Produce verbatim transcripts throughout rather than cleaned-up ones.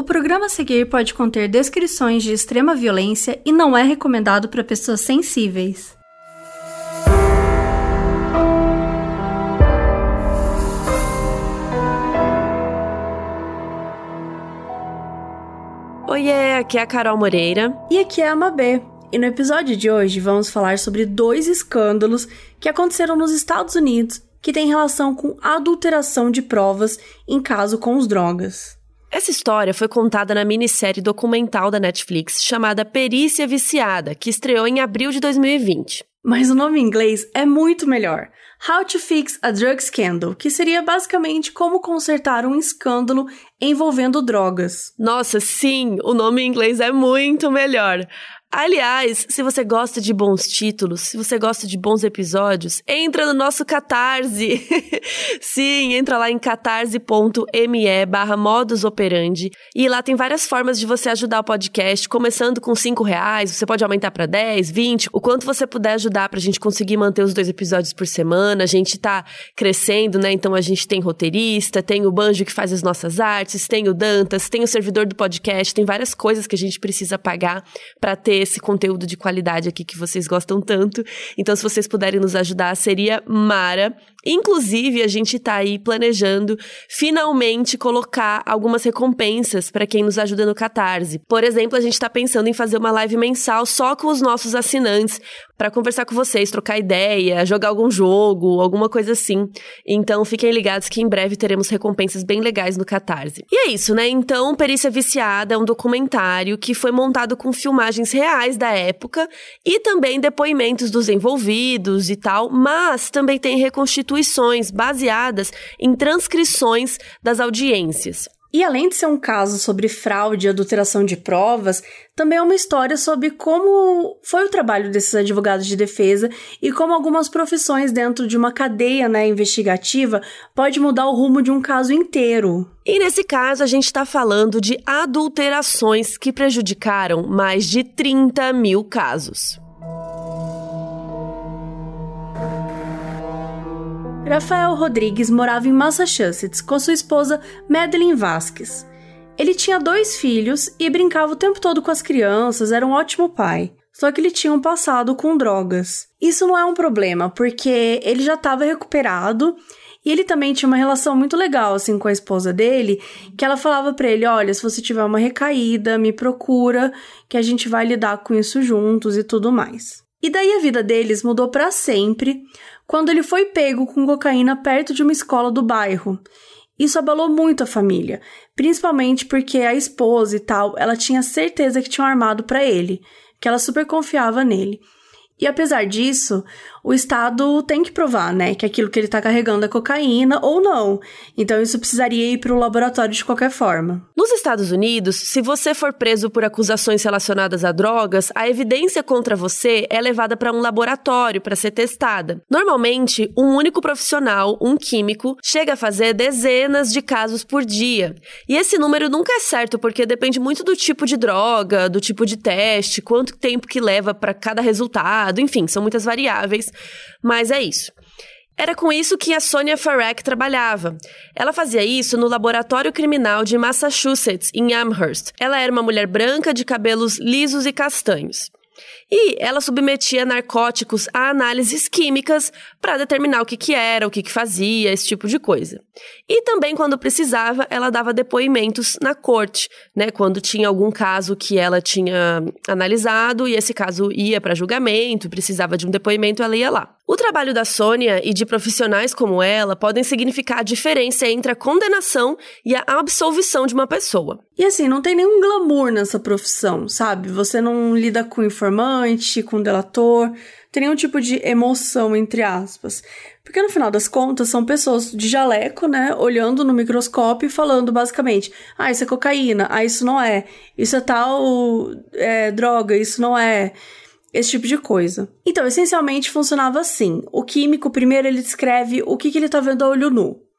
programa a seguir pode conter descrições de extrema violência e não é recomendado para pessoas sensíveis. Oiê, aqui é a Carol Moreira. E aqui é a Mabê. E no episódio de hoje vamos falar sobre dois escândalos que aconteceram nos Estados Unidos que têm relação com adulteração de provas em caso com as drogas. Essa história foi contada na minissérie documental da Netflix chamada Perícia Viciada, que estreou em abril de dois mil e vinte. Mas o nome em inglês é muito melhor. How to Fix a Drug Scandal, que seria basicamente como consertar um escândalo envolvendo drogas. Nossa, sim, o nome em inglês é muito melhor. Aliás, se você gosta de bons títulos, se você gosta de bons episódios, entra no nosso Catarse. Sim, entra lá em catarse.me barra modus operandi. E lá tem várias formas de você ajudar o podcast, começando com cinco reais, você pode aumentar para dez, vinte, o quanto você puder ajudar pra gente conseguir manter os dois episódios por semana. A gente tá crescendo, né? Então a gente tem roteirista, tem o Banjo que faz as nossas artes, tem o Dantas, tem o servidor do podcast, tem várias coisas que a gente precisa pagar pra ter esse conteúdo de qualidade aqui que vocês gostam tanto. Então, se vocês puderem nos ajudar, seria mara. Inclusive, a gente tá aí planejando finalmente colocar algumas recompensas para quem nos ajuda no Catarse. Por exemplo, a gente tá pensando em fazer uma live mensal só com os nossos assinantes para conversar com vocês, trocar ideia, jogar algum jogo, alguma coisa assim. Então, fiquem ligados que em breve teremos recompensas bem legais no Catarse. E é isso, né? Então, Perícia Viciada é um documentário que foi montado com filmagens reais da época e também depoimentos dos envolvidos e tal, mas também tem reconstituições baseadas em transcrições das audiências. E além de ser um caso sobre fraude e adulteração de provas, também é uma história sobre como foi o trabalho desses advogados de defesa e como algumas profissões dentro de uma cadeia, né, investigativa pode mudar o rumo de um caso inteiro. E nesse caso a gente está falando de adulterações que prejudicaram mais de trinta mil casos. Rafael Rodrigues morava em Massachusetts com sua esposa Madeline Vasquez. Ele tinha dois filhos e brincava o tempo todo com as crianças, era um ótimo pai. Só que ele tinha um passado com drogas. Isso não é um problema, porque ele já estava recuperado e ele também tinha uma relação muito legal assim, com a esposa dele, que ela falava pra ele, olha, se você tiver uma recaída, me procura, que a gente vai lidar com isso juntos e tudo mais. E daí a vida deles mudou pra sempre, quando ele foi pego com cocaína perto de uma escola do bairro. Isso abalou muito a família, principalmente porque a esposa e tal, ela tinha certeza que tinham armado pra ele, que ela super confiava nele. E apesar disso, o Estado tem que provar, né, que aquilo que ele tá carregando é cocaína ou não. Então isso precisaria ir para o laboratório de qualquer forma. Nos Estados Unidos, se você for preso por acusações relacionadas a drogas, a evidência contra você é levada para um laboratório para ser testada. Normalmente, um único profissional, um químico, chega a fazer dezenas de casos por dia. E esse número nunca é certo, porque depende muito do tipo de droga, do tipo de teste, quanto tempo que leva para cada resultado. Enfim, são muitas variáveis, mas é isso. Era com isso que a Sonia Farek trabalhava. Ela fazia isso no Laboratório Criminal de Massachusetts, em Amherst. Ela era uma mulher branca de cabelos lisos e castanhos. E ela submetia narcóticos a análises químicas para determinar o que que era, o que que fazia, esse tipo de coisa. E também, quando precisava, ela dava depoimentos na corte, né? Quando tinha algum caso que ela tinha analisado e esse caso ia para julgamento, precisava de um depoimento, ela ia lá. O trabalho da Sônia e de profissionais como ela podem significar a diferença entre a condenação e a absolvição de uma pessoa. E assim, não tem nenhum glamour nessa profissão, sabe? Você não lida com informante, com delator, tem nenhum tipo de emoção, entre aspas. Porque no final das contas, são pessoas de jaleco, né? Olhando no microscópio e falando basicamente, ah, isso é cocaína, ah, isso não é, isso é tal é, droga, isso não é... Esse tipo de coisa. Então, essencialmente, funcionava assim. O químico, primeiro, ele descreve o que, que ele tá vendo a olho nu.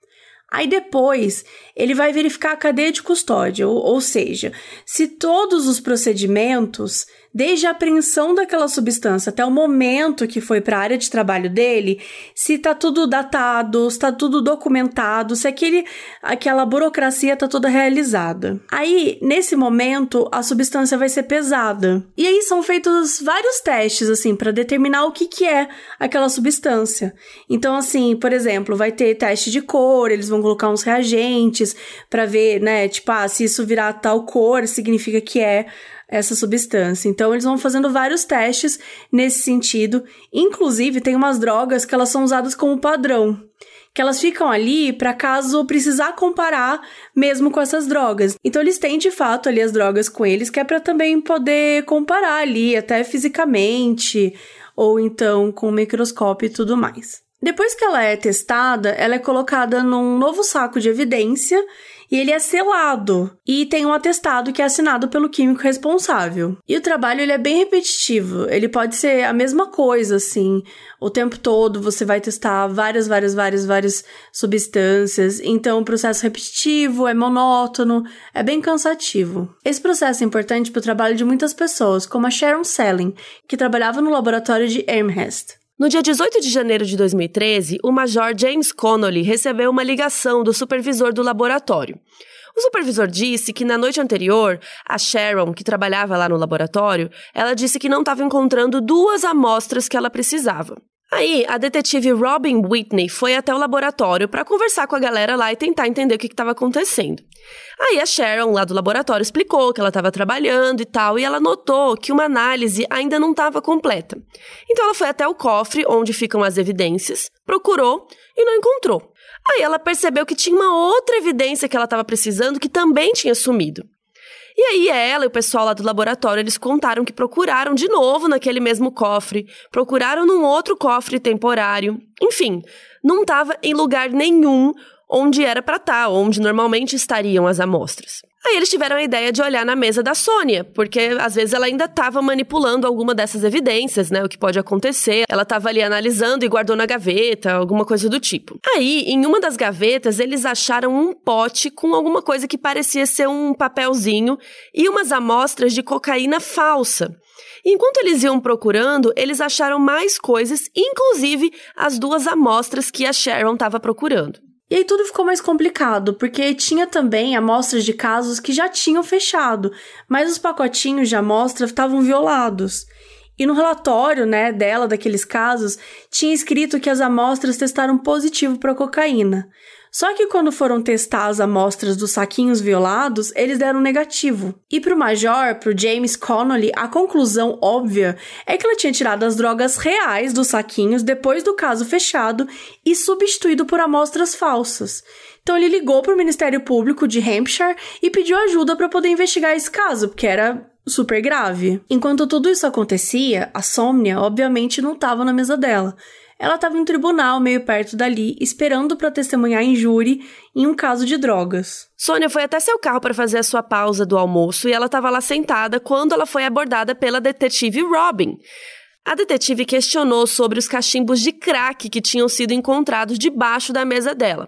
Aí depois, ele vai verificar a cadeia de custódia, ou, ou seja, se todos os procedimentos, desde a apreensão daquela substância até o momento que foi para a área de trabalho dele, se tá tudo datado, se tá tudo documentado, se aquele, aquela burocracia tá toda realizada. Aí, nesse momento, a substância vai ser pesada. E aí são feitos vários testes, assim, para determinar o que que é aquela substância. Então, assim, por exemplo, vai ter teste de cor, eles vão colocar uns reagentes para ver, né, tipo, ah, se isso virar tal cor, significa que é essa substância. Então, eles vão fazendo vários testes nesse sentido. Inclusive, tem umas drogas que elas são usadas como padrão, que elas ficam ali para caso precisar comparar mesmo com essas drogas. Então, eles têm, de fato, ali as drogas com eles, que é para também poder comparar ali, até fisicamente, ou então com o microscópio e tudo mais. Depois que ela é testada, ela é colocada num novo saco de evidência e ele é selado e tem um atestado que é assinado pelo químico responsável. E o trabalho ele é bem repetitivo, ele pode ser a mesma coisa, assim, o tempo todo você vai testar várias, várias, várias, várias substâncias, então o processo repetitivo, é monótono, é bem cansativo. Esse processo é importante para o trabalho de muitas pessoas, como a Sharon Selling, que trabalhava no laboratório de Amherst. No dia dezoito de janeiro de dois mil e treze, o major James Connolly recebeu uma ligação do supervisor do laboratório. O supervisor disse que na noite anterior, a Sharon, que trabalhava lá no laboratório, ela disse que não estava encontrando duas amostras que ela precisava. Aí, a detetive Robin Whitney foi até o laboratório para conversar com a galera lá e tentar entender o que estava acontecendo. Aí a Sharon, lá do laboratório, explicou que ela estava trabalhando e tal, e ela notou que uma análise ainda não estava completa. Então ela foi até o cofre, onde ficam as evidências, procurou e não encontrou. Aí ela percebeu que tinha uma outra evidência que ela estava precisando que também tinha sumido. E aí ela e o pessoal lá do laboratório, eles contaram que procuraram de novo naquele mesmo cofre, procuraram num outro cofre temporário, enfim, não estava em lugar nenhum onde era para estar, onde normalmente estariam as amostras. Aí eles tiveram a ideia de olhar na mesa da Sônia, porque às vezes ela ainda estava manipulando alguma dessas evidências, né, o que pode acontecer. Ela estava ali analisando e guardou na gaveta, alguma coisa do tipo. Aí, em uma das gavetas, eles acharam um pote com alguma coisa que parecia ser um papelzinho e umas amostras de cocaína falsa. E enquanto eles iam procurando, eles acharam mais coisas, inclusive as duas amostras que a Sharon estava procurando. E aí tudo ficou mais complicado, porque tinha também amostras de casos que já tinham fechado, mas os pacotinhos de amostra estavam violados. E no relatório, né, dela, daqueles casos, tinha escrito que as amostras testaram positivo para cocaína. Só que quando foram testar as amostras dos saquinhos violados, eles deram negativo. E pro major, pro James Connolly, a conclusão óbvia é que ela tinha tirado as drogas reais dos saquinhos depois do caso fechado e substituído por amostras falsas. Então ele ligou pro Ministério Público de Hampshire e pediu ajuda para poder investigar esse caso, porque era super grave. Enquanto tudo isso acontecia, a Sônia, obviamente, não estava na mesa dela. Ela estava em um tribunal meio perto dali, esperando para testemunhar em júri em um caso de drogas. Sônia foi até seu carro para fazer a sua pausa do almoço e ela estava lá sentada quando ela foi abordada pela detetive Robin. A detetive questionou sobre os cachimbos de crack que tinham sido encontrados debaixo da mesa dela.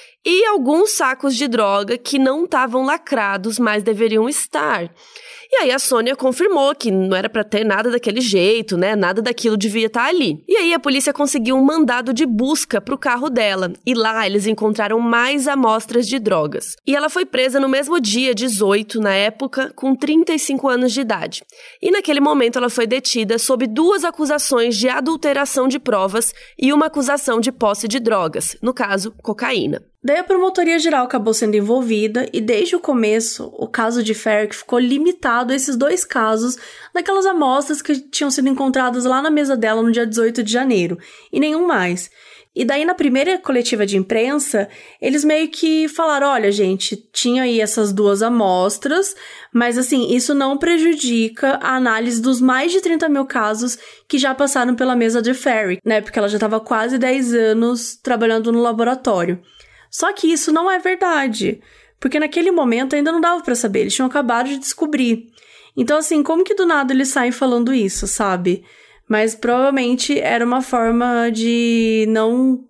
E alguns sacos de droga que não estavam lacrados, mas deveriam estar. E aí a Sônia confirmou que não era pra ter nada daquele jeito, né? Nada daquilo devia estar ali. E aí a polícia conseguiu um mandado de busca pro carro dela. E lá eles encontraram mais amostras de drogas. E ela foi presa no mesmo dia, dezoito, na época, com trinta e cinco anos de idade. E naquele momento ela foi detida sob duas acusações de adulteração de provas e uma acusação de posse de drogas, no caso, cocaína. Daí a Promotoria Geral acabou sendo envolvida e desde o começo o caso de Ferrick ficou limitado a esses dois casos daquelas amostras que tinham sido encontradas lá na mesa dela no dia dezoito de janeiro e nenhum mais. E daí na primeira coletiva de imprensa eles meio que falaram, olha gente, tinha aí essas duas amostras, mas assim, isso não prejudica a análise dos mais de trinta mil casos que já passaram pela mesa de Ferrick, né, porque ela já estava quase dez anos trabalhando no laboratório. Só que isso não é verdade, porque naquele momento ainda não dava pra saber, eles tinham acabado de descobrir. Então, assim, como que do nada eles saem falando isso, sabe? Mas provavelmente era uma forma de não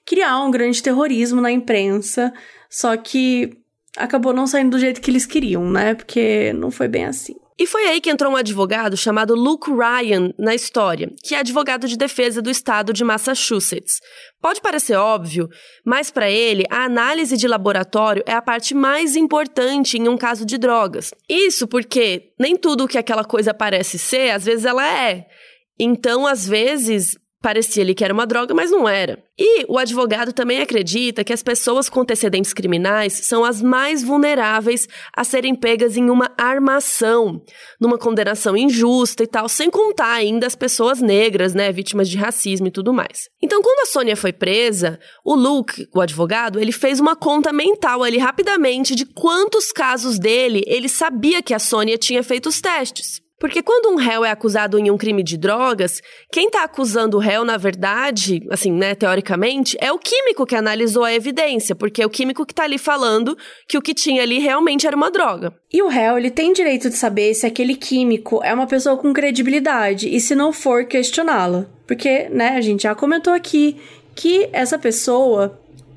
criar um grande terrorismo na imprensa, só que acabou não saindo do jeito que eles queriam, né? Porque não foi bem assim. E foi aí que entrou um advogado chamado Luke Ryan na história, que é advogado de defesa do estado de Massachusetts. Pode parecer óbvio, mas para ele, a análise de laboratório é a parte mais importante em um caso de drogas. Isso porque nem tudo o que aquela coisa parece ser, às vezes ela é. Então, às vezes, parecia ali que era uma droga, mas não era. E o advogado também acredita que as pessoas com antecedentes criminais são as mais vulneráveis a serem pegas em uma armação, numa condenação injusta e tal, sem contar ainda as pessoas negras, né, vítimas de racismo e tudo mais. Então, quando a Sônia foi presa, o Luke, o advogado, ele fez uma conta mental ali rapidamente de quantos casos dele ele sabia que a Sônia tinha feito os testes. Porque quando um réu é acusado em um crime de drogas, quem tá acusando o réu, na verdade, assim, né, teoricamente, é o químico que analisou a evidência, porque é o químico que tá ali falando que o que tinha ali realmente era uma droga. E o réu, ele tem direito de saber se aquele químico é uma pessoa com credibilidade e, se não for, questioná-la. Porque, né, a gente já comentou aqui que essa pessoa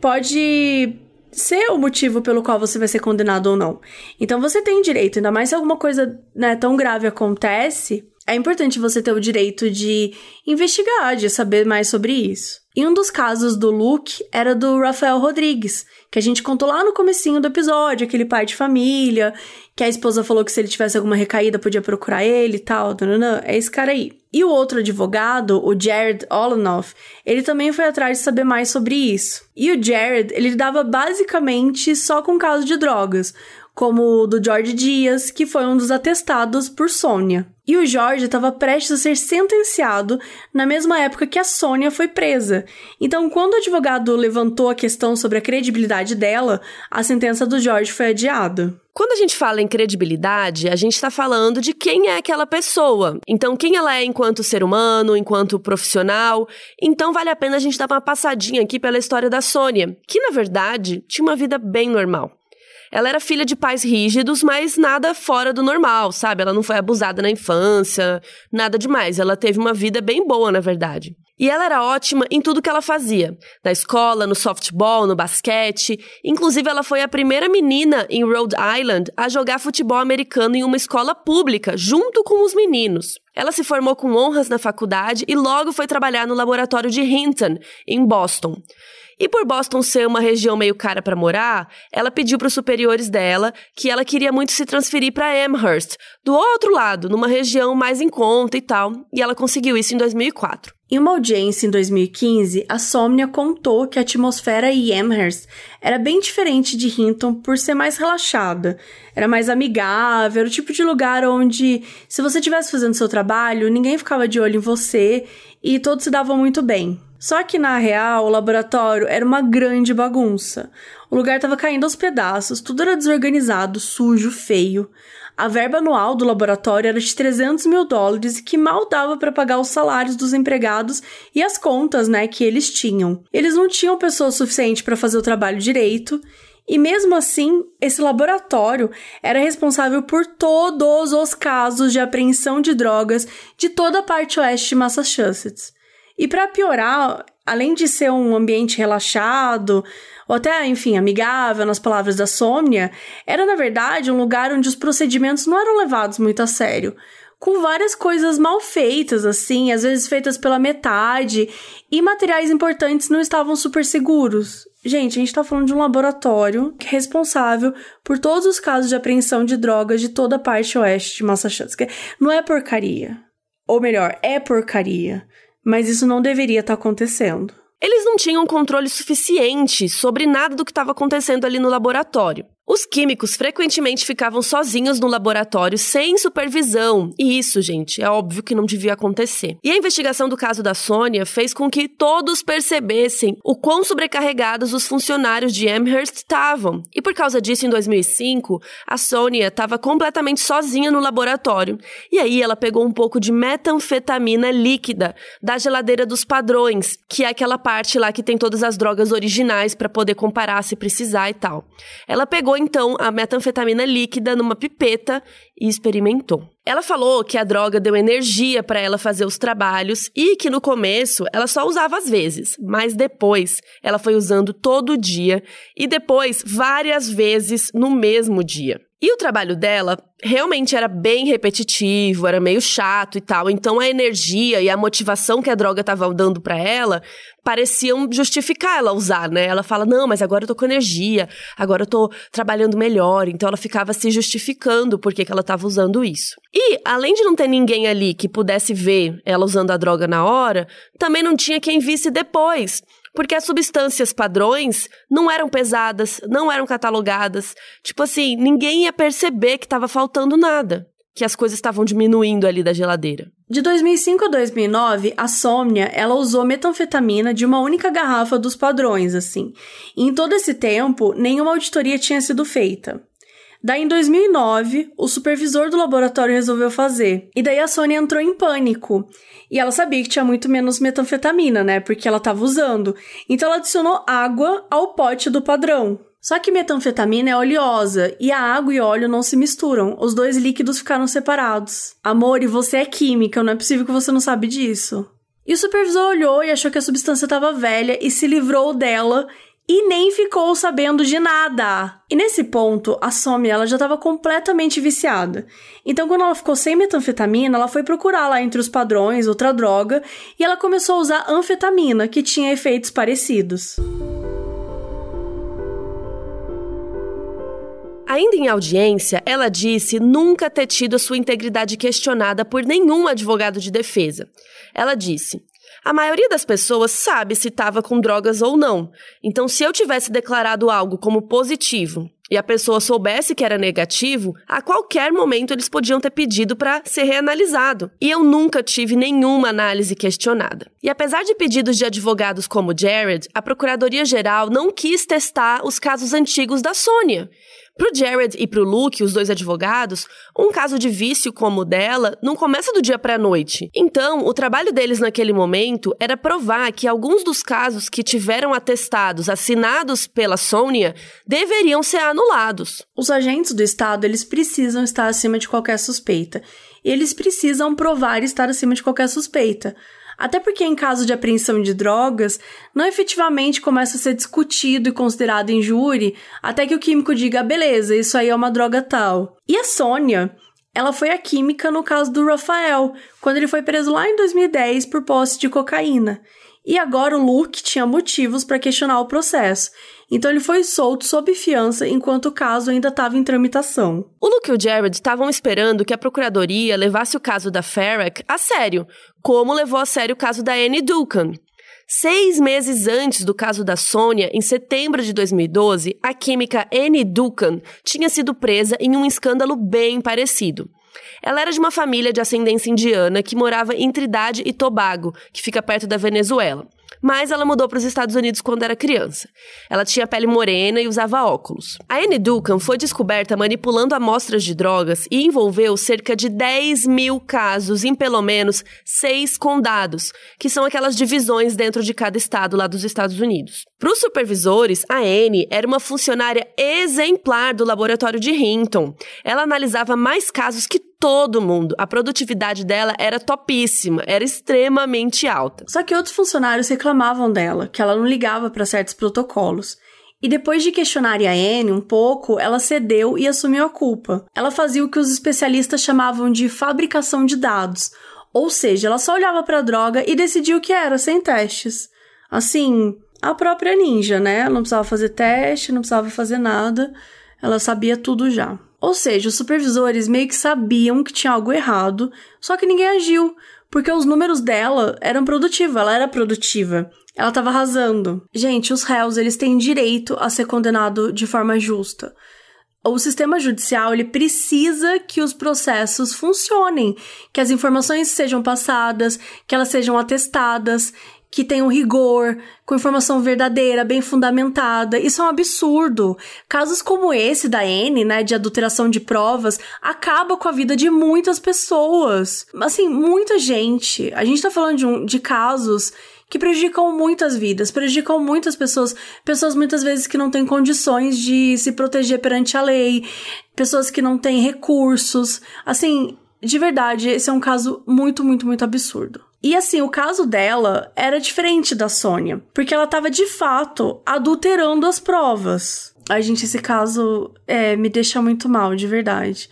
pode ser o motivo pelo qual você vai ser condenado ou não. Então você tem direito, ainda mais se alguma coisa, né, tão grave acontece, é importante você ter o direito de investigar, de saber mais sobre isso. E um dos casos do Luke era do Rafael Rodrigues, que a gente contou lá no comecinho do episódio, aquele pai de família, que a esposa falou que se ele tivesse alguma recaída podia procurar ele e tal, nananã, é esse cara aí. E o outro advogado, o Jared Olanoff, ele também foi atrás de saber mais sobre isso. E o Jared, ele lidava basicamente só com casos de drogas, como o do Jorge Dias, que foi um dos atestados por Sônia. E o Jorge estava prestes a ser sentenciado na mesma época que a Sônia foi presa. Então, quando o advogado levantou a questão sobre a credibilidade dela, a sentença do Jorge foi adiada. Quando a gente fala em credibilidade, a gente está falando de quem é aquela pessoa. Então, quem ela é enquanto ser humano, enquanto profissional. Então, vale a pena a gente dar uma passadinha aqui pela história da Sônia, que, na verdade, tinha uma vida bem normal. Ela era filha de pais rígidos, mas nada fora do normal, sabe? Ela não foi abusada na infância, nada demais. Ela teve uma vida bem boa, na verdade. E ela era ótima em tudo que ela fazia. Na escola, no softball, no basquete. Inclusive, ela foi a primeira menina em Rhode Island a jogar futebol americano em uma escola pública, junto com os meninos. Ela se formou com honras na faculdade e logo foi trabalhar no laboratório de Hinton, em Boston. E por Boston ser uma região meio cara para morar, ela pediu para os superiores dela que ela queria muito se transferir para Amherst, do outro lado, numa região mais em conta e tal, e ela conseguiu isso em dois mil e quatro. Em uma audiência em dois mil e quinze, a Sônia contou que a atmosfera em Amherst era bem diferente de Hinton por ser mais relaxada. Era mais amigável, era o tipo de lugar onde, se você estivesse fazendo seu trabalho, ninguém ficava de olho em você e todos se davam muito bem. Só que, na real, o laboratório era uma grande bagunça. O lugar estava caindo aos pedaços, tudo era desorganizado, sujo, feio. A verba anual do laboratório era de trezentos mil dólares, que mal dava para pagar os salários dos empregados e as contas, né, que eles tinham. Eles não tinham pessoa suficiente para fazer o trabalho direito, e mesmo assim, esse laboratório era responsável por todos os casos de apreensão de drogas de toda a parte oeste de Massachusetts. E para piorar, além de ser um ambiente relaxado, ou até, enfim, amigável, nas palavras da Sônia, era, na verdade, um lugar onde os procedimentos não eram levados muito a sério, com várias coisas mal feitas, assim, às vezes feitas pela metade, e materiais importantes não estavam super seguros. Gente, a gente tá falando de um laboratório que é responsável por todos os casos de apreensão de drogas de toda a parte oeste de Massachusetts. Não é porcaria. Ou melhor, é porcaria. Mas isso não deveria estar acontecendo. Eles não tinham controle suficiente sobre nada do que estava acontecendo ali no laboratório. Os químicos frequentemente ficavam sozinhos no laboratório, sem supervisão. E isso, gente, é óbvio que não devia acontecer. E a investigação do caso da Sônia fez com que todos percebessem o quão sobrecarregados os funcionários de Amherst estavam. E por causa disso, em dois mil e cinco, a Sônia estava completamente sozinha no laboratório. E aí ela pegou um pouco de metanfetamina líquida da geladeira dos padrões, que é aquela parte lá que tem todas as drogas originais para poder comparar se precisar e tal. Ela pegou pegou então a metanfetamina líquida numa pipeta e experimentou. Ela falou que a droga deu energia para ela fazer os trabalhos e que no começo ela só usava às vezes, mas depois ela foi usando todo dia e depois várias vezes no mesmo dia. E o trabalho dela realmente era bem repetitivo, era meio chato e tal, então a energia e a motivação que a droga estava dando para ela pareciam justificar ela usar, né? Ela fala, não, mas agora eu tô com energia, agora eu tô trabalhando melhor, então ela ficava se justificando porque que ela estava usando isso. E, além de não ter ninguém ali que pudesse ver ela usando a droga na hora, também não tinha quem visse depois, porque as substâncias padrões não eram pesadas, não eram catalogadas. Tipo assim, ninguém ia perceber que estava faltando nada, que as coisas estavam diminuindo ali da geladeira. De dois mil e cinco a dois mil e nove, a Sônia, ela usou metanfetamina de uma única garrafa dos padrões, assim. E em todo esse tempo, nenhuma auditoria tinha sido feita. Daí, em dois mil e nove, o supervisor do laboratório resolveu fazer. E daí a Sônia entrou em pânico. E ela sabia que tinha muito menos metanfetamina, né? Porque ela estava usando. Então, ela adicionou água ao pote do padrão. Só que metanfetamina é oleosa e a água e óleo não se misturam. Os dois líquidos ficaram separados. Amor, e você é química, não é possível que você não sabe disso. E o supervisor olhou e achou que a substância estava velha e se livrou dela e nem ficou sabendo de nada. E nesse ponto, a Sônia, ela já estava completamente viciada. Então, quando ela ficou sem metanfetamina, ela foi procurar lá entre os padrões outra droga e ela começou a usar anfetamina, que tinha efeitos parecidos. Ainda em audiência, ela disse nunca ter tido a sua integridade questionada por nenhum advogado de defesa. Ela disse: a maioria das pessoas sabe se estava com drogas ou não. Então, se eu tivesse declarado algo como positivo e a pessoa soubesse que era negativo, a qualquer momento eles podiam ter pedido para ser reanalisado. E eu nunca tive nenhuma análise questionada. E apesar de pedidos de advogados como Jared, a Procuradoria-Geral não quis testar os casos antigos da Sônia. Pro Jared e pro Luke, os dois advogados, um caso de vício como o dela não começa do dia pra noite. Então, o trabalho deles naquele momento era provar que alguns dos casos que tiveram atestados assinados pela Sônia deveriam ser anulados. Os agentes do Estado, eles precisam estar acima de qualquer suspeita. E eles precisam provar estar acima de qualquer suspeita. Até porque em caso de apreensão de drogas, não efetivamente começa a ser discutido e considerado em júri até que o químico diga, beleza, isso aí é uma droga tal. E a Sônia, ela foi a química no caso do Rafael, quando ele foi preso lá em dois mil e dez por posse de cocaína. E agora o Luke tinha motivos para questionar o processo. Então ele foi solto sob fiança enquanto o caso ainda estava em tramitação. O Luke e o Jared estavam esperando que a procuradoria levasse o caso da Farrak a sério, como levou a sério o caso da Annie Duncan. Seis meses antes do caso da Sônia, em setembro de dois mil e doze, a química Annie Duncan tinha sido presa em um escândalo bem parecido. Ela era de uma família de ascendência indiana que morava em Trinidad e Tobago, que fica perto da Venezuela. Mas ela mudou para os Estados Unidos quando era criança. Ela tinha pele morena e usava óculos. A Annie Duncan foi descoberta manipulando amostras de drogas e envolveu cerca de dez mil casos em pelo menos seis condados, que são aquelas divisões dentro de cada estado lá dos Estados Unidos. Para os supervisores, a Annie era uma funcionária exemplar do laboratório de Hinton. Ela analisava mais casos que todo mundo. A produtividade dela era topíssima, era extremamente alta. Só que outros funcionários reclamavam dela, que ela não ligava para certos protocolos. E depois de questionarem a Annie um pouco, ela cedeu e assumiu a culpa. Ela fazia o que os especialistas chamavam de fabricação de dados. Ou seja, ela só olhava para a droga e decidia o que era, sem testes. Assim, a própria ninja, né? Ela não precisava fazer teste, não precisava fazer nada. Ela sabia tudo já. Ou seja, os supervisores meio que sabiam que tinha algo errado, só que ninguém agiu, porque os números dela eram produtivos, ela era produtiva, ela estava arrasando. Gente, os réus, eles têm direito a ser condenado de forma justa. O sistema judicial, ele precisa que os processos funcionem, que as informações sejam passadas, que elas sejam atestadas, que tenham rigor, com informação verdadeira, bem fundamentada. Isso é um absurdo. Casos como esse da Annie, né, de adulteração de provas, acaba com a vida de muitas pessoas. Assim, muita gente. A gente tá falando de, um, de casos que prejudicam muitas vidas, prejudicam muitas pessoas, pessoas muitas vezes que não têm condições de se proteger perante a lei, pessoas que não têm recursos. Assim, de verdade, esse é um caso muito, muito, muito absurdo. E assim, o caso dela era diferente da Sônia, porque ela estava de fato adulterando as provas. Ai, gente, esse caso é, me deixa muito mal, de verdade.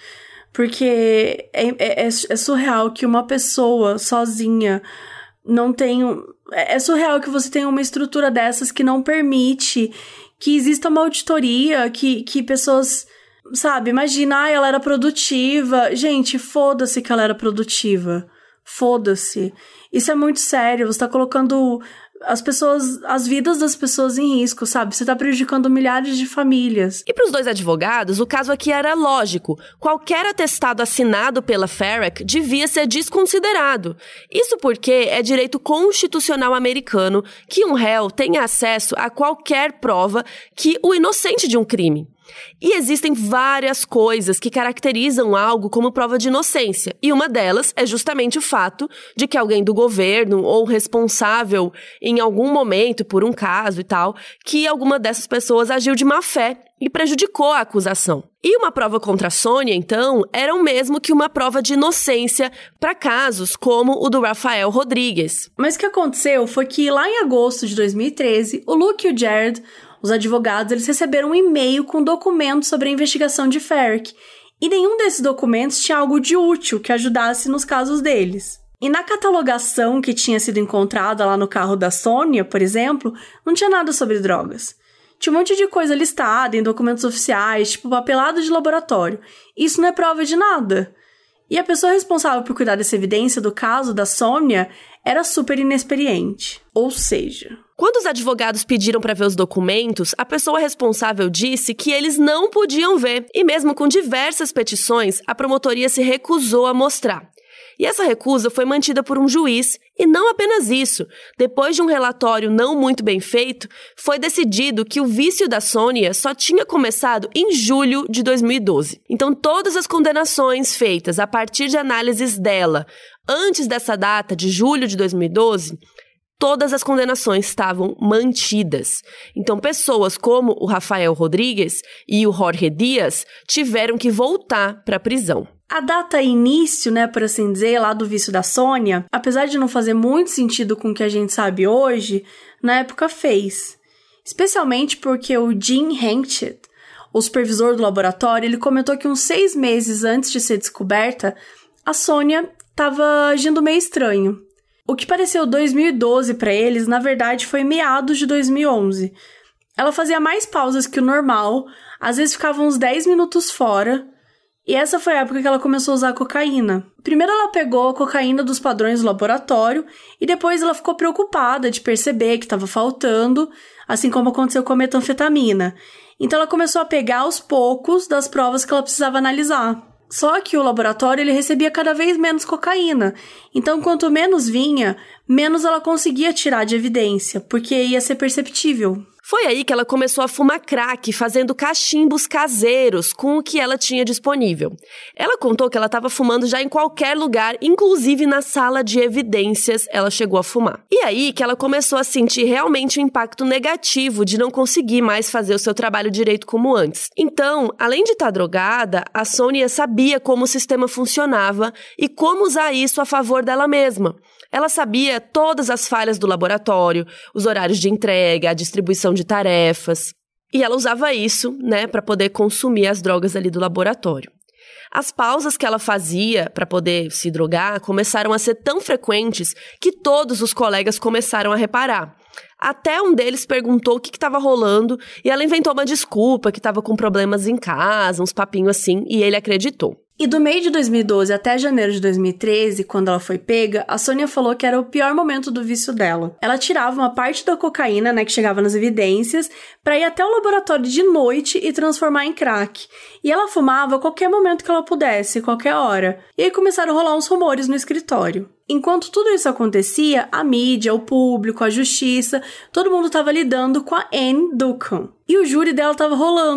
Porque é, é, é surreal que uma pessoa sozinha não tenha... É surreal que você tenha uma estrutura dessas que não permite que exista uma auditoria, que, que pessoas... Sabe, imagina, ah, ela era produtiva. Gente, foda-se que ela era produtiva. Foda-se. Isso é muito sério, você tá colocando as pessoas, as vidas das pessoas em risco, sabe? Você tá prejudicando milhares de famílias. E pros dois advogados, o caso aqui era lógico. Qualquer atestado assinado pela F A R E C devia ser desconsiderado. Isso porque é direito constitucional americano que um réu tenha acesso a qualquer prova que o inocente de um crime. E existem várias coisas que caracterizam algo como prova de inocência, e uma delas é justamente o fato de que alguém do governo ou responsável em algum momento por um caso e tal, que alguma dessas pessoas agiu de má fé e prejudicou a acusação. E uma prova contra a Sônia, então, era o mesmo que uma prova de inocência para casos como o do Rafael Rodrigues. Mas o que aconteceu foi que lá em agosto de dois mil e treze, o Luke e o Jared, os advogados, eles receberam um e-mail com documentos sobre a investigação de F A R E C, e nenhum desses documentos tinha algo de útil que ajudasse nos casos deles. E na catalogação que tinha sido encontrada lá no carro da Sônia, por exemplo, não tinha nada sobre drogas. Tinha um monte de coisa listada em documentos oficiais, tipo papelado de laboratório. Isso não é prova de nada. E a pessoa responsável por cuidar dessa evidência do caso da Sônia era super inexperiente. Ou seja... Quando os advogados pediram para ver os documentos, a pessoa responsável disse que eles não podiam ver. E mesmo com diversas petições, a promotoria se recusou a mostrar. E essa recusa foi mantida por um juiz, e não apenas isso. Depois de um relatório não muito bem feito, foi decidido que o vício da Sônia só tinha começado em julho de dois mil e doze. Então, todas as condenações feitas a partir de análises dela antes dessa data, de julho de dois mil e doze, todas as condenações estavam mantidas. Então, pessoas como o Rafael Rodrigues e o Jorge Dias tiveram que voltar para a prisão. A data início, né, por assim dizer, lá do vício da Sônia, apesar de não fazer muito sentido com o que a gente sabe hoje, na época fez. Especialmente porque o Jim Henchet, o supervisor do laboratório, ele comentou que uns seis meses antes de ser descoberta, a Sônia estava agindo meio estranho. O que pareceu dois mil e doze para eles, na verdade, foi meados de dois mil e onze. Ela fazia mais pausas que o normal, às vezes ficava uns dez minutos fora, e essa foi a época que ela começou a usar cocaína. Primeiro ela pegou a cocaína dos padrões do laboratório, e depois ela ficou preocupada de perceber que estava faltando, assim como aconteceu com a metanfetamina. Então ela começou a pegar aos poucos das provas que ela precisava analisar. Só que o laboratório ele recebia cada vez menos cocaína. Então, quanto menos vinha, menos ela conseguia tirar de evidência, porque ia ser perceptível. Foi aí que ela começou a fumar crack, fazendo cachimbos caseiros com o que ela tinha disponível. Ela contou que ela estava fumando já em qualquer lugar, inclusive na sala de evidências ela chegou a fumar. E aí que ela começou a sentir realmente o impacto negativo de não conseguir mais fazer o seu trabalho direito como antes. Então, além de estar drogada, a Sônia sabia como o sistema funcionava e como usar isso a favor dela mesma. Ela sabia todas as falhas do laboratório, os horários de entrega, a distribuição de tarefas. E ela usava isso, né, para poder consumir as drogas ali do laboratório. As pausas que ela fazia para poder se drogar começaram a ser tão frequentes que todos os colegas começaram a reparar. Até um deles perguntou o que estava rolando e ela inventou uma desculpa, que estava com problemas em casa, uns papinhos assim, e ele acreditou. E do meio de dois mil e doze até janeiro de dois mil e treze, quando ela foi pega, a Sônia falou que era o pior momento do vício dela. Ela tirava uma parte da cocaína, né, que chegava nas evidências, pra ir até o laboratório de noite e transformar em crack. E ela fumava a qualquer momento que ela pudesse, qualquer hora. E aí começaram a rolar uns rumores no escritório. Enquanto tudo isso acontecia, a mídia, o público, a justiça, todo mundo estava lidando com a Anne Duncan. E o júri dela estava rolando.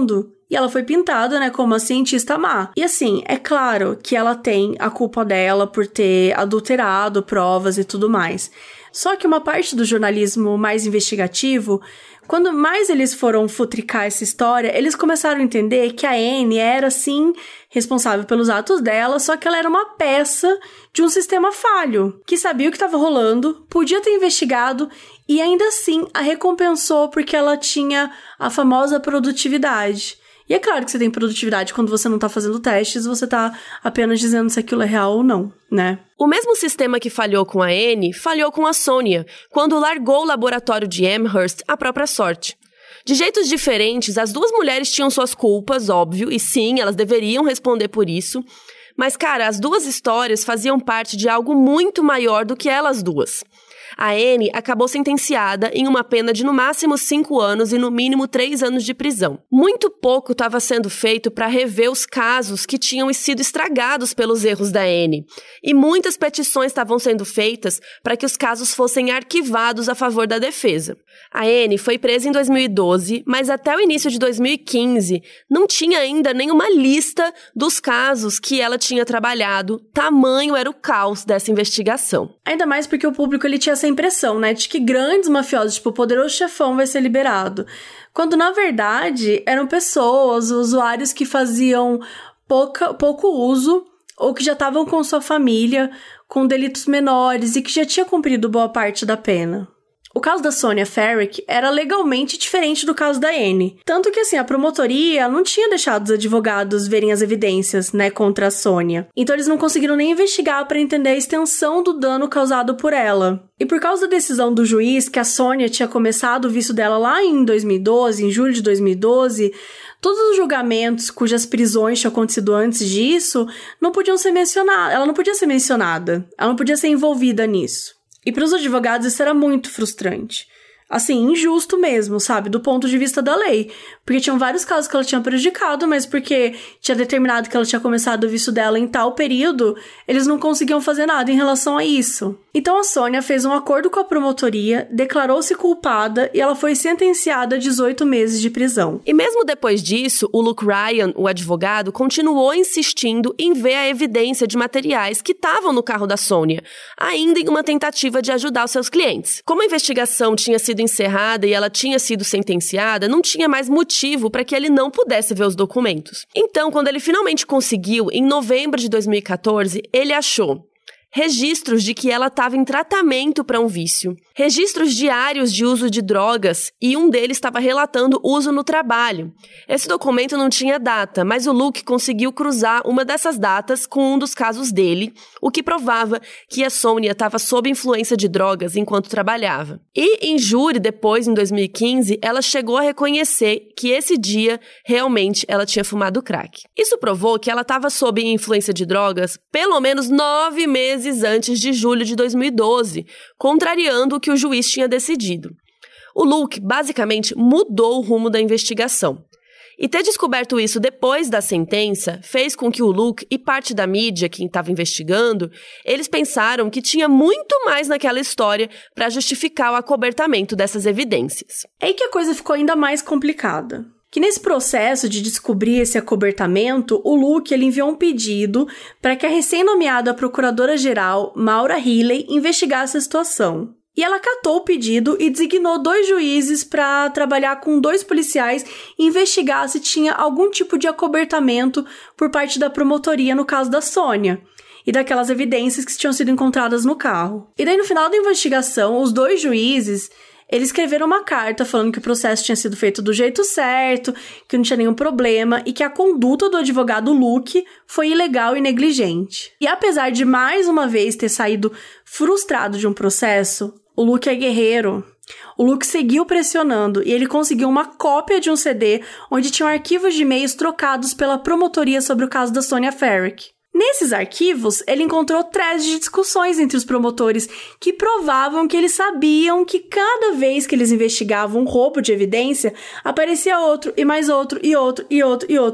E ela foi pintada, né, como a cientista má. E assim, é claro que ela tem a culpa dela por ter adulterado provas e tudo mais. Só que uma parte do jornalismo mais investigativo, quando mais eles foram futricar essa história, eles começaram a entender que a Anne era, sim, responsável pelos atos dela, só que ela era uma peça de um sistema falho, que sabia o que estava rolando, podia ter investigado e ainda assim a recompensou porque ela tinha a famosa produtividade. E é claro que você tem produtividade quando você não tá fazendo testes, você tá apenas dizendo se aquilo é real ou não, né? O mesmo sistema que falhou com a Anne, falhou com a Sonia, quando largou o laboratório de Amherst à própria sorte. De jeitos diferentes, as duas mulheres tinham suas culpas, óbvio, e sim, elas deveriam responder por isso. Mas, cara, as duas histórias faziam parte de algo muito maior do que elas duas. A Anne acabou sentenciada em uma pena de no máximo cinco anos e no mínimo três anos de prisão. Muito pouco estava sendo feito para rever os casos que tinham sido estragados pelos erros da Anne. E muitas petições estavam sendo feitas para que os casos fossem arquivados a favor da defesa. A Anne foi presa em dois mil e doze, mas até o início de dois mil e quinze não tinha ainda nenhuma lista dos casos que ela tinha trabalhado. Tamanho era o caos dessa investigação. Ainda mais porque o público ele tinha essa impressão, né, de que grandes mafiosos, tipo o Poderoso Chefão, vai ser liberado. Quando, na verdade, eram pessoas, usuários que faziam pouca, pouco uso ou que já estavam com sua família, com delitos menores e que já tinha cumprido boa parte da pena. O caso da Sonia Ferrick era legalmente diferente do caso da Anne. Tanto que, assim, a promotoria não tinha deixado os advogados verem as evidências, né, contra a Sonia. Então, eles não conseguiram nem investigar para entender a extensão do dano causado por ela. E por causa da decisão do juiz que a Sonia tinha começado o vício dela lá em dois mil e doze, em julho de dois mil e doze, todos os julgamentos cujas prisões tinham acontecido antes disso não podiam ser mencionados. Ela não podia ser mencionada. Ela não podia ser envolvida nisso. E para os advogados isso era muito frustrante. Assim, injusto mesmo, sabe? Do ponto de vista da lei. Porque tinham vários casos que ela tinha prejudicado, mas porque tinha determinado que ela tinha começado o vício dela em tal período, eles não conseguiam fazer nada em relação a isso. Então a Sonia fez um acordo com a promotoria, declarou-se culpada e ela foi sentenciada a dezoito meses de prisão. E mesmo depois disso, o Luke Ryan, o advogado, continuou insistindo em ver a evidência de materiais que estavam no carro da Sonia, ainda em uma tentativa de ajudar os seus clientes. Como a investigação tinha sido encerrada e ela tinha sido sentenciada, não tinha mais motivo para que ele não pudesse ver os documentos. Então, quando ele finalmente conseguiu, em novembro de dois mil e catorze, ele achou registros de que ela estava em tratamento para um vício, registros diários de uso de drogas e um deles estava relatando uso no trabalho. Esse documento não tinha data, mas o Luke conseguiu cruzar uma dessas datas com um dos casos dele, o que provava que a Sonia estava sob influência de drogas enquanto trabalhava. E em júri, depois, em dois mil e quinze, ela chegou a reconhecer que esse dia realmente ela tinha fumado crack. Isso provou que ela estava sob influência de drogas pelo menos nove meses antes de julho de dois mil e doze, contrariando o que o juiz tinha decidido. O Luke, basicamente, mudou o rumo da investigação. E ter descoberto isso depois da sentença fez com que o Luke e parte da mídia, quem estava investigando, eles pensaram que tinha muito mais naquela história para justificar o acobertamento dessas evidências. É aí que a coisa ficou ainda mais complicada. Que nesse processo de descobrir esse acobertamento, o Luke ele enviou um pedido para que a recém-nomeada procuradora-geral, Maura Healey, investigasse a situação. E ela acatou o pedido e designou dois juízes para trabalhar com dois policiais e investigar se tinha algum tipo de acobertamento por parte da promotoria no caso da Sonia e daquelas evidências que tinham sido encontradas no carro. E daí, no final da investigação, os dois juízes eles escreveram uma carta falando que o processo tinha sido feito do jeito certo, que não tinha nenhum problema e que a conduta do advogado Luke foi ilegal e negligente. E apesar de mais uma vez ter saído frustrado de um processo, o Luke é guerreiro. O Luke seguiu pressionando e ele conseguiu uma cópia de um C D onde tinham arquivos de e-mails trocados pela promotoria sobre o caso da Sonia Ferrick. Nesses arquivos, ele encontrou threads de discussões entre os promotores que provavam que eles sabiam que cada vez que eles investigavam um roubo de evidência, aparecia outro, e mais outro, e outro, e outro, e outro.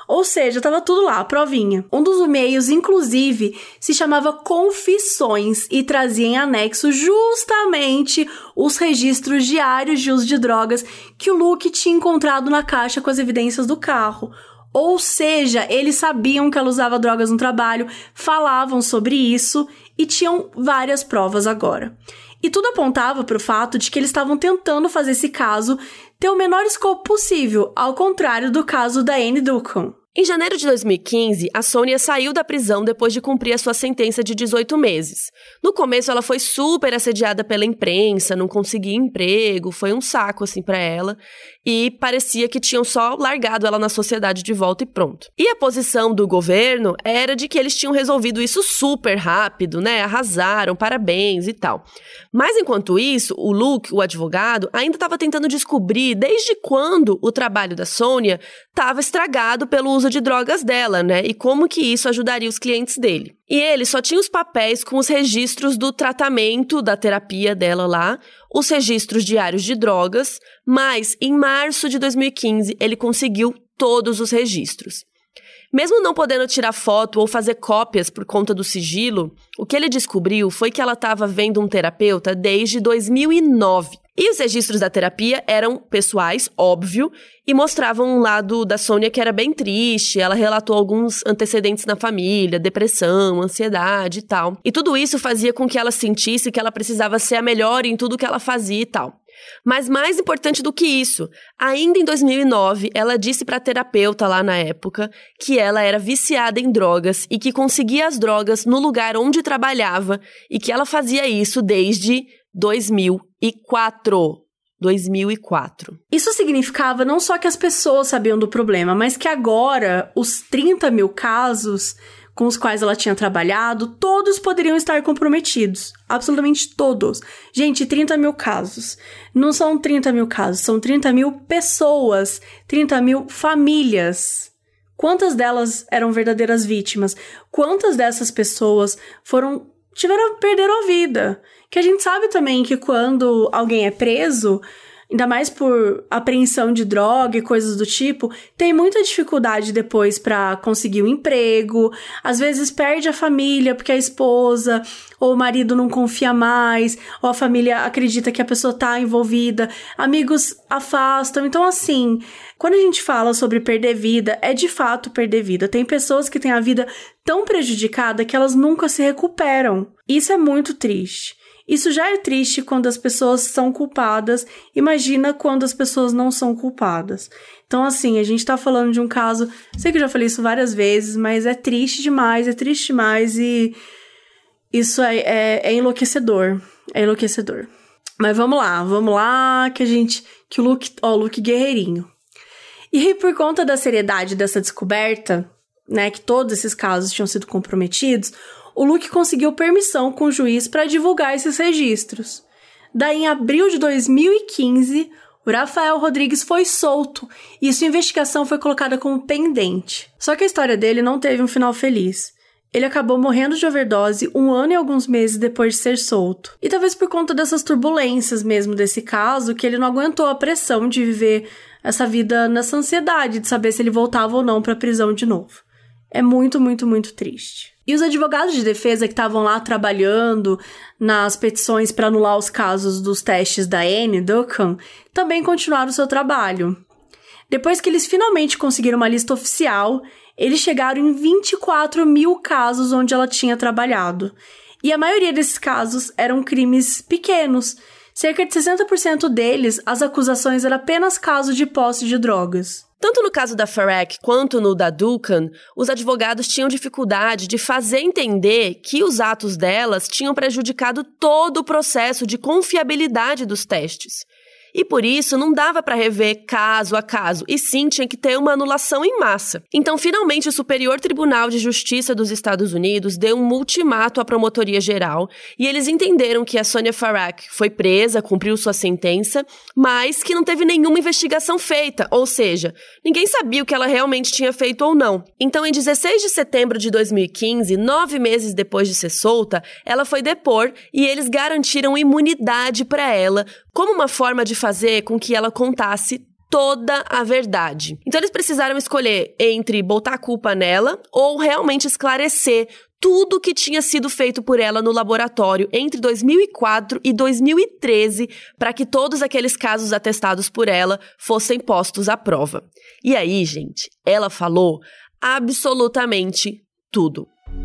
Ou seja, tava tudo lá, provinha. Um dos e-mails, inclusive, se chamava Confissões e trazia em anexo justamente os registros diários de uso de drogas que o Luke tinha encontrado na caixa com as evidências do carro. Ou seja, eles sabiam que ela usava drogas no trabalho, falavam sobre isso e tinham várias provas agora. E tudo apontava para o fato de que eles estavam tentando fazer esse caso ter o menor escopo possível, ao contrário do caso da Annie Duncan. Em janeiro de dois mil e quinze, a Sonia saiu da prisão depois de cumprir a sua sentença de dezoito meses. No começo, ela foi super assediada pela imprensa, não conseguia emprego, foi um saco, assim, pra ela. E parecia que tinham só largado ela na sociedade de volta e pronto. E a posição do governo era de que eles tinham resolvido isso super rápido, né? Arrasaram, parabéns e tal. Mas enquanto isso, o Luke, o advogado, ainda estava tentando descobrir desde quando o trabalho da Sonia estava estragado pelo uso de drogas dela, né? E como que isso ajudaria os clientes dele. E ele só tinha os papéis com os registros do tratamento, da terapia dela lá, os registros diários de drogas, mas em março de dois mil e quinze ele conseguiu todos os registros. Mesmo não podendo tirar foto ou fazer cópias por conta do sigilo, o que ele descobriu foi que ela estava vendo um terapeuta desde dois mil e nove. E os registros da terapia eram pessoais, óbvio, e mostravam um lado da Sonia que era bem triste. Ela relatou alguns antecedentes na família, depressão, ansiedade e tal. E tudo isso fazia com que ela sentisse que ela precisava ser a melhor em tudo que ela fazia e tal. Mas mais importante do que isso, ainda em dois mil e nove, ela disse para a terapeuta lá na época que ela era viciada em drogas e que conseguia as drogas no lugar onde trabalhava e que ela fazia isso desde dois mil e quatro. dois mil e quatro. Isso significava não só que as pessoas sabiam do problema, mas que agora os trinta mil casos com os quais ela tinha trabalhado, todos poderiam estar comprometidos. Absolutamente todos. Gente, trinta mil casos. Não são trinta mil casos, são trinta mil pessoas, trinta mil famílias. Quantas delas eram verdadeiras vítimas? Quantas dessas pessoas foram, tiveram, perderam a vida? Que a gente sabe também que quando alguém é preso, ainda mais por apreensão de droga e coisas do tipo, tem muita dificuldade depois pra conseguir um emprego, às vezes perde a família porque a esposa ou o marido não confia mais, ou a família acredita que a pessoa tá envolvida, amigos afastam. Então, assim, quando a gente fala sobre perder vida, é de fato perder vida. Tem pessoas que têm a vida tão prejudicada que elas nunca se recuperam. Isso é muito triste. Isso já é triste quando as pessoas são culpadas, imagina quando as pessoas não são culpadas. Então, assim, a gente tá falando de um caso, sei que eu já falei isso várias vezes, mas é triste demais, é triste demais e isso é, é, é enlouquecedor, é enlouquecedor. Mas vamos lá, vamos lá, que a gente, que o Luke, ó, o Luke guerreirinho. E aí, por conta da seriedade dessa descoberta, né, que todos esses casos tinham sido comprometidos, o Luke conseguiu permissão com o juiz para divulgar esses registros. Daí, em abril de dois mil e quinze, o Rafael Rodrigues foi solto e sua investigação foi colocada como pendente. Só que a história dele não teve um final feliz. Ele acabou morrendo de overdose um ano e alguns meses depois de ser solto. E talvez por conta dessas turbulências mesmo desse caso, que ele não aguentou a pressão de viver essa vida nessa ansiedade de saber se ele voltava ou não para a prisão de novo. É muito, muito, muito triste. E os advogados de defesa que estavam lá trabalhando nas petições para anular os casos dos testes da Annie Duncan também continuaram o seu trabalho. Depois que eles finalmente conseguiram uma lista oficial, eles chegaram em vinte e quatro mil casos onde ela tinha trabalhado. E a maioria desses casos eram crimes pequenos. Cerca de sessenta por cento deles, as acusações eram apenas casos de posse de drogas. Tanto no caso da Ferak quanto no da Duncan, os advogados tinham dificuldade de fazer entender que os atos delas tinham prejudicado todo o processo de confiabilidade dos testes. E por isso não dava para rever caso a caso, e sim tinha que ter uma anulação em massa. Então, finalmente, o Superior Tribunal de Justiça dos Estados Unidos deu um ultimato à Promotoria Geral, e eles entenderam que a Sonia Ferak foi presa, cumpriu sua sentença, mas que não teve nenhuma investigação feita, ou seja, ninguém sabia o que ela realmente tinha feito ou não. Então, em dezesseis de setembro de dois mil e quinze, nove meses depois de ser solta, ela foi depor e eles garantiram imunidade para ela, como uma forma de fazer com que ela contasse toda a verdade. Então eles precisaram escolher entre botar a culpa nela ou realmente esclarecer tudo o que tinha sido feito por ela no laboratório entre dois mil e quatro e dois mil e treze para que todos aqueles casos atestados por ela fossem postos à prova. E aí, gente, ela falou absolutamente tudo.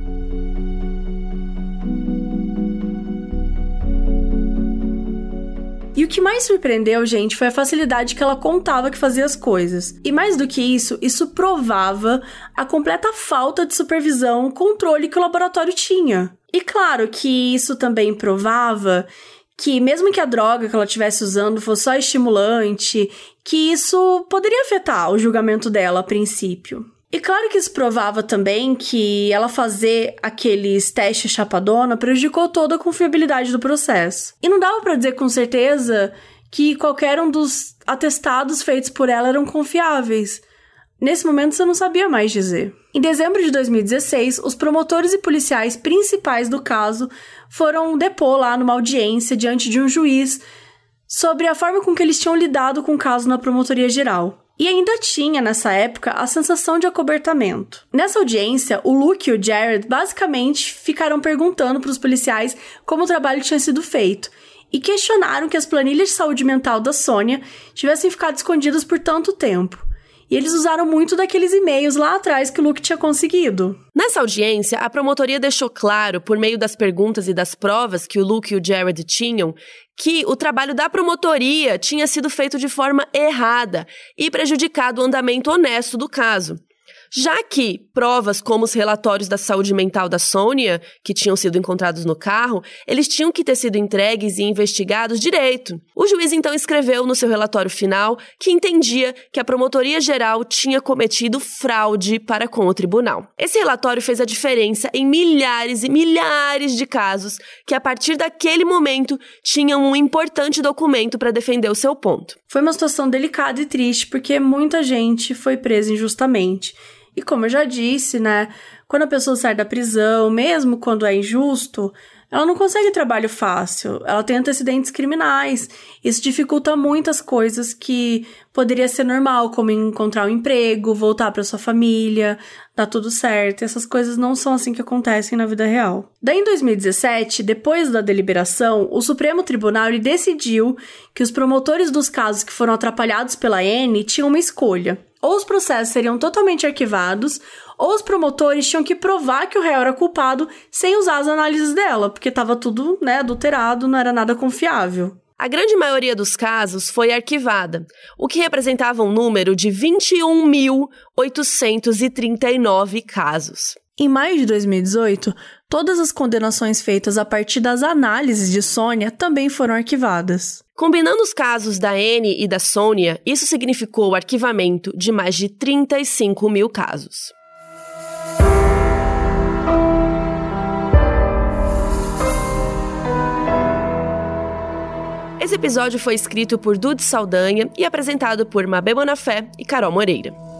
E o que mais surpreendeu, gente, foi a facilidade que ela contava que fazia as coisas. E mais do que isso, isso provava a completa falta de supervisão, controle que o laboratório tinha. E claro que isso também provava que mesmo que a droga que ela estivesse usando fosse só estimulante, que isso poderia afetar o julgamento dela a princípio. E claro que isso provava também que ela fazer aqueles testes chapadona prejudicou toda a confiabilidade do processo. E não dava pra dizer com certeza que qualquer um dos atestados feitos por ela eram confiáveis. Nesse momento você não sabia mais dizer. Em dezembro de dois mil e dezesseis, os promotores e policiais principais do caso foram depor lá numa audiência diante de um juiz sobre a forma com que eles tinham lidado com o caso na Promotoria Geral. E ainda tinha, nessa época, a sensação de acobertamento. Nessa audiência, o Luke e o Jared basicamente ficaram perguntando para os policiais como o trabalho tinha sido feito e questionaram que as planilhas de saúde mental da Sônia tivessem ficado escondidas por tanto tempo. E eles usaram muito daqueles e-mails lá atrás que o Luke tinha conseguido. Nessa audiência, a promotoria deixou claro, por meio das perguntas e das provas que o Luke e o Jared tinham, que o trabalho da promotoria tinha sido feito de forma errada e prejudicado o andamento honesto do caso. Já que provas como os relatórios da saúde mental da Sônia, que tinham sido encontrados no carro, eles tinham que ter sido entregues e investigados direito. O juiz então escreveu no seu relatório final que entendia que a Promotoria Geral tinha cometido fraude para com o tribunal. Esse relatório fez a diferença em milhares e milhares de casos que, a partir daquele momento, tinham um importante documento para defender o seu ponto. Foi uma situação delicada e triste, porque muita gente foi presa injustamente. E como eu já disse, né, quando a pessoa sai da prisão, mesmo quando é injusto, ela não consegue trabalho fácil, ela tem antecedentes criminais. Isso dificulta muitas coisas que poderia ser normal, como encontrar um emprego, voltar para sua família, dar tudo certo. Essas coisas não são assim que acontecem na vida real. Daí, em dois mil e dezessete, depois da deliberação, o Supremo Tribunal ele decidiu que os promotores dos casos que foram atrapalhados pela Anne tinham uma escolha. Ou os processos seriam totalmente arquivados, ou os promotores tinham que provar que o réu era culpado sem usar as análises dela, porque estava tudo, né, adulterado, não era nada confiável. A grande maioria dos casos foi arquivada, o que representava um número de vinte e um mil oitocentos e trinta e nove casos. Em maio de dois mil e dezoito, todas as condenações feitas a partir das análises de Sônia também foram arquivadas. Combinando os casos da Anne e da Sônia, isso significou o arquivamento de mais de trinta e cinco mil casos. Esse episódio foi escrito por Dudu Saldanha e apresentado por Mabê Bonafé e Carol Moreira.